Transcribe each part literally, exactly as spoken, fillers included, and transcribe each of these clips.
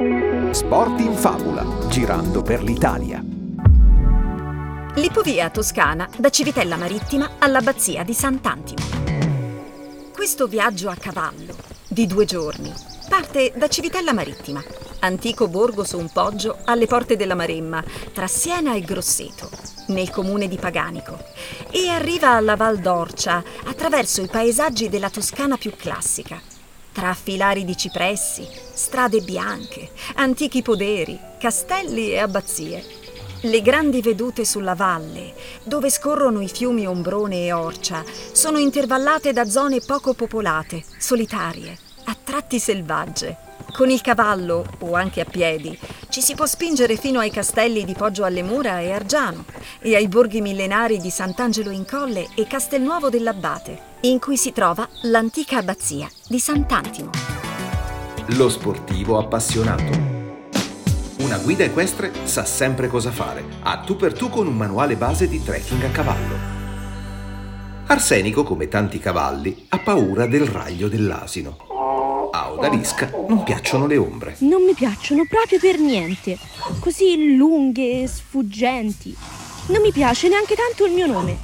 Sport in Fabula, girando per l'Italia. L'ipovia toscana da Civitella Marittima all'abbazia di Sant'Antimo. Questo viaggio a cavallo di due giorni parte da Civitella Marittima, antico borgo su un poggio alle porte della Maremma, tra Siena e Grosseto, nel comune di Paganico, e arriva alla Val d'Orcia attraverso i paesaggi della Toscana più classica, tra filari di cipressi, strade bianche, antichi poderi, castelli e abbazie. Le grandi vedute sulla valle, dove scorrono i fiumi Ombrone e Orcia, sono intervallate da zone poco popolate, solitarie, a tratti selvagge. Con il cavallo, o anche a piedi, ci si può spingere fino ai castelli di Poggio alle Mura e Argiano e ai borghi millenari di Sant'Angelo in Colle e Castelnuovo dell'Abate, in cui si trova l'antica abbazia di Sant'Antimo. Lo sportivo appassionato. Una guida equestre sa sempre cosa fare, a tu per tu con un manuale base di trekking a cavallo. Arsenico, come tanti cavalli, ha paura del raglio dell'asino. A Odalisca non piacciono le ombre. Non mi piacciono proprio per niente, così lunghe e sfuggenti. Non mi piace neanche tanto il mio nome.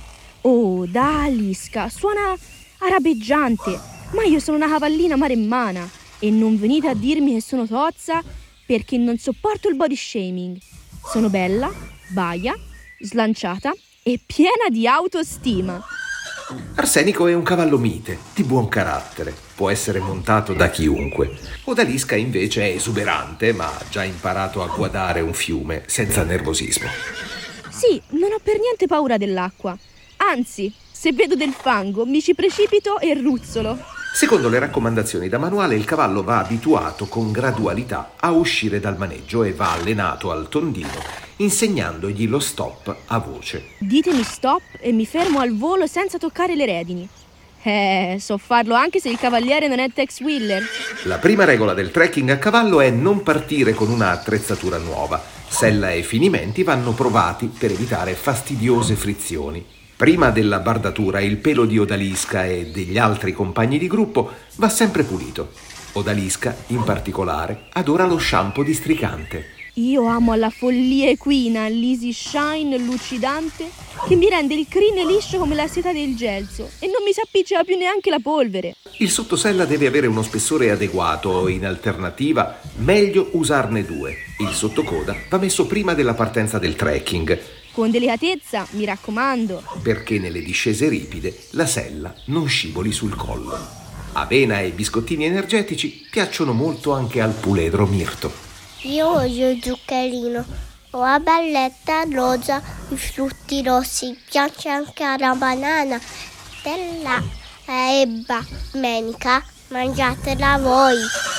Odalisca suona arabeggiante, ma io sono una cavallina maremmana e non venite a dirmi che sono tozza perché non sopporto il body shaming. Sono bella, baia, slanciata e piena di autostima. Arsenico è un cavallo mite, di buon carattere, può essere montato da chiunque. Odalisca invece è esuberante, ma ha già imparato a guardare un fiume senza nervosismo. Sì, non ho per niente paura dell'acqua. Anzi, se vedo del fango mi ci precipito e ruzzolo. Secondo le raccomandazioni da manuale, il cavallo va abituato con gradualità a uscire dal maneggio e va allenato al tondino, insegnandogli lo stop a voce. Ditemi stop e mi fermo al volo senza toccare le redini. Eh, so farlo anche se il cavaliere non è Tex Willer. La prima regola del trekking a cavallo è non partire con una attrezzatura nuova. Sella e finimenti vanno provati per evitare fastidiose frizioni. Prima della bardatura il pelo di Odalisca e degli altri compagni di gruppo va sempre pulito. Odalisca, in particolare, adora lo shampoo districante. Io amo alla follia equina l'Easy Shine lucidante che mi rende il crine liscio come la seta del gelso e non mi si appiccica più neanche la polvere. Il sottosella deve avere uno spessore adeguato, in alternativa meglio usarne due. Il sottocoda va messo prima della partenza del trekking. Con delicatezza, mi raccomando. Perché nelle discese ripide la sella non scivoli sul collo. Avena e biscottini energetici piacciono molto anche al puledro Mirto. Io voglio il zuccherino, ho la balletta rosa, i frutti rossi, piace anche la banana, della ebba, menica, mangiatela voi.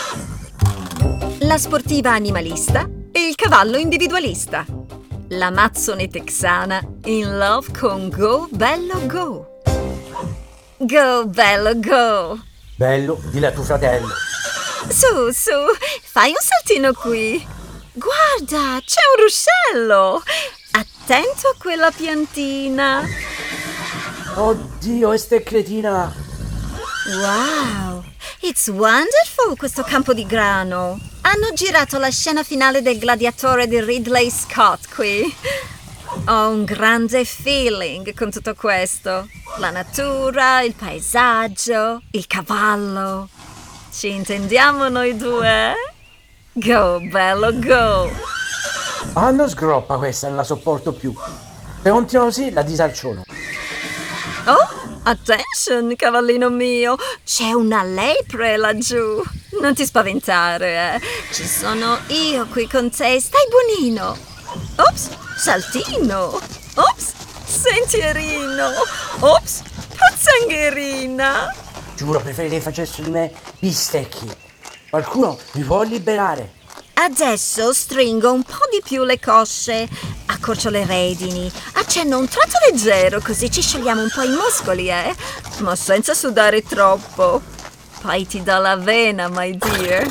La sportiva animalista e il cavallo individualista. L'amazzone texana in love con Go Bello Go. Go Bello Go. Bello, dillo a tuo fratello. Su, su, fai un saltino qui. Guarda, c'è un ruscello. Attento a quella piantina. Oddio, ste cretina. Wow, it's wonderful questo campo di grano. Hanno girato la scena finale del Gladiatore di Ridley Scott qui. Ho un grande feeling con tutto questo. La natura, il paesaggio, il cavallo. Ci intendiamo noi due? Go, bello, go! Ah, non sgroppa questa, non la sopporto più. Se continua così, la disarciono. Oh, attention, cavallino mio! C'è una lepre laggiù. Non ti spaventare, eh. Ci sono io qui con te, stai buonino. Ops, saltino. Ops, sentierino. Ops, pozzangherina. Giuro, preferirei facesse di me bistecchi. Qualcuno mi può liberare? Adesso stringo un po' di più le cosce, accorcio le redini, accenno un tratto leggero così ci sciogliamo un po' i muscoli, eh? Ma senza sudare troppo. Poi ti do l'avena, my dear.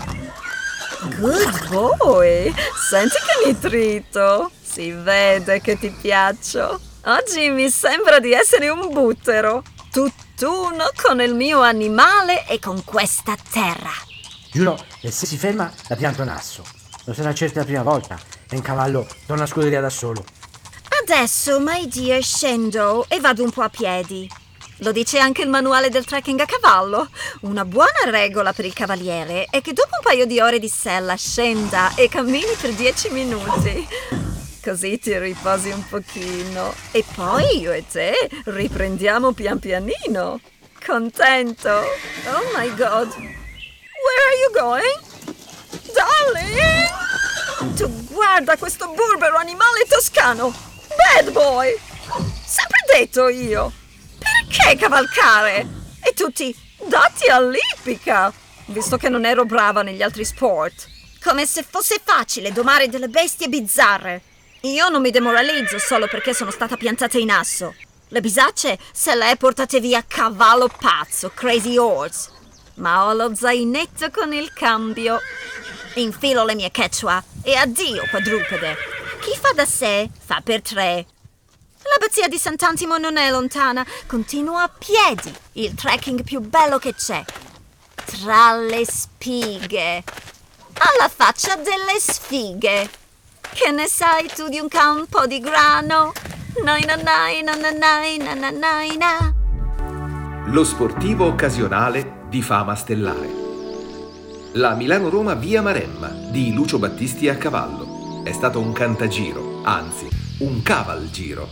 Good boy! Senti che nitrito! Si vede che ti piaccio. Oggi mi sembra di essere un buttero. Tutt'uno con il mio animale e con questa terra. Giuro, e se si ferma la pianta un asso. Lo sarà certo la prima volta e un cavallo torna a scuderia da solo. Adesso, my dear, scendo e vado un po' a piedi. Lo dice anche il manuale del trekking a cavallo. Una buona regola per il cavaliere è che dopo un paio di ore di sella scenda e cammini per dieci minuti. Così ti riposi un pochino e poi io e te riprendiamo pian pianino. Contento? Oh my God. Where are you going? Darling! Tu guarda questo burbero animale toscano! Bad boy! Sempre detto io! Perché cavalcare? E tutti dati all'ippica, visto che non ero brava negli altri sport. Come se fosse facile domare delle bestie bizzarre. Io non mi demoralizzo solo perché sono stata piantata in asso. Le bisacce se le portate via cavallo pazzo, crazy horse. Ma ho lo zainetto con il cambio. Infilo le mie quechua e addio quadrupede. Chi fa da sé fa per tre. L'abbazia di Sant'Antimo non è lontana. Continuo a piedi, il trekking più bello che c'è. Tra le spighe. Alla faccia delle sfighe. Che ne sai tu di un campo di grano? Nai na nai na na nai na na nai na. Lo sportivo occasionale di fama stellare. La Milano-Roma via Maremma di Lucio Battisti a cavallo. È stato un cantagiro, anzi, un cavalgiro.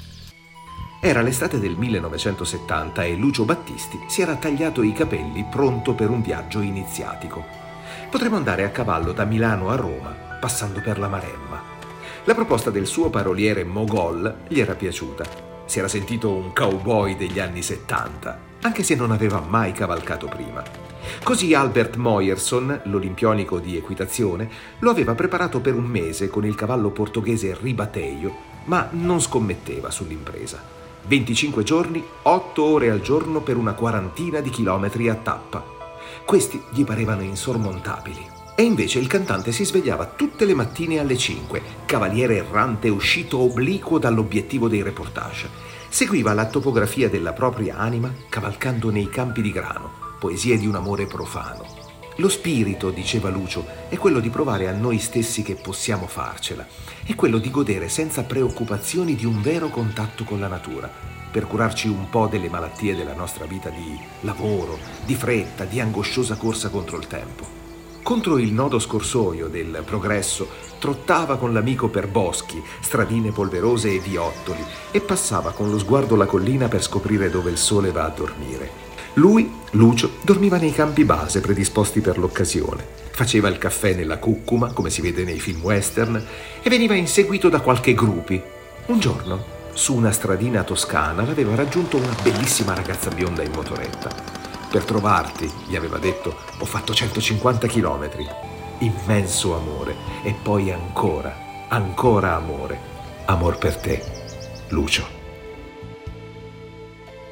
Era l'estate del millenovecentosettanta e Lucio Battisti si era tagliato i capelli pronto per un viaggio iniziatico. Potremmo andare a cavallo da Milano a Roma, passando per la Maremma. La proposta del suo paroliere Mogol gli era piaciuta. Si era sentito un cowboy degli anni settanta, anche se non aveva mai cavalcato prima. Così Albert Moyerson, l'olimpionico di equitazione, lo aveva preparato per un mese con il cavallo portoghese Ribateio, ma non scommetteva sull'impresa. venticinque giorni, otto ore al giorno per una quarantina di chilometri a tappa. Questi gli parevano insormontabili. E invece il cantante si svegliava tutte le mattine alle cinque, cavaliere errante uscito obliquo dall'obiettivo dei reportage. Seguiva la topografia della propria anima cavalcando nei campi di grano, poesie di un amore profano. Lo spirito, diceva Lucio, è quello di provare a noi stessi che possiamo farcela, è quello di godere senza preoccupazioni di un vero contatto con la natura, per curarci un po' delle malattie della nostra vita di lavoro, di fretta, di angosciosa corsa contro il tempo. Contro il nodo scorsoio del progresso trottava con l'amico per boschi, stradine polverose e viottoli e passava con lo sguardo la collina per scoprire dove il sole va a dormire. Lui, Lucio, dormiva nei campi base predisposti per l'occasione. Faceva il caffè nella cuccuma, come si vede nei film western, e veniva inseguito da qualche grupi. Un giorno, su una stradina toscana, l'aveva raggiunto una bellissima ragazza bionda in motoretta. Per trovarti, gli aveva detto, ho fatto centocinquanta chilometri. Immenso amore. E poi ancora, ancora amore. Amor per te, Lucio.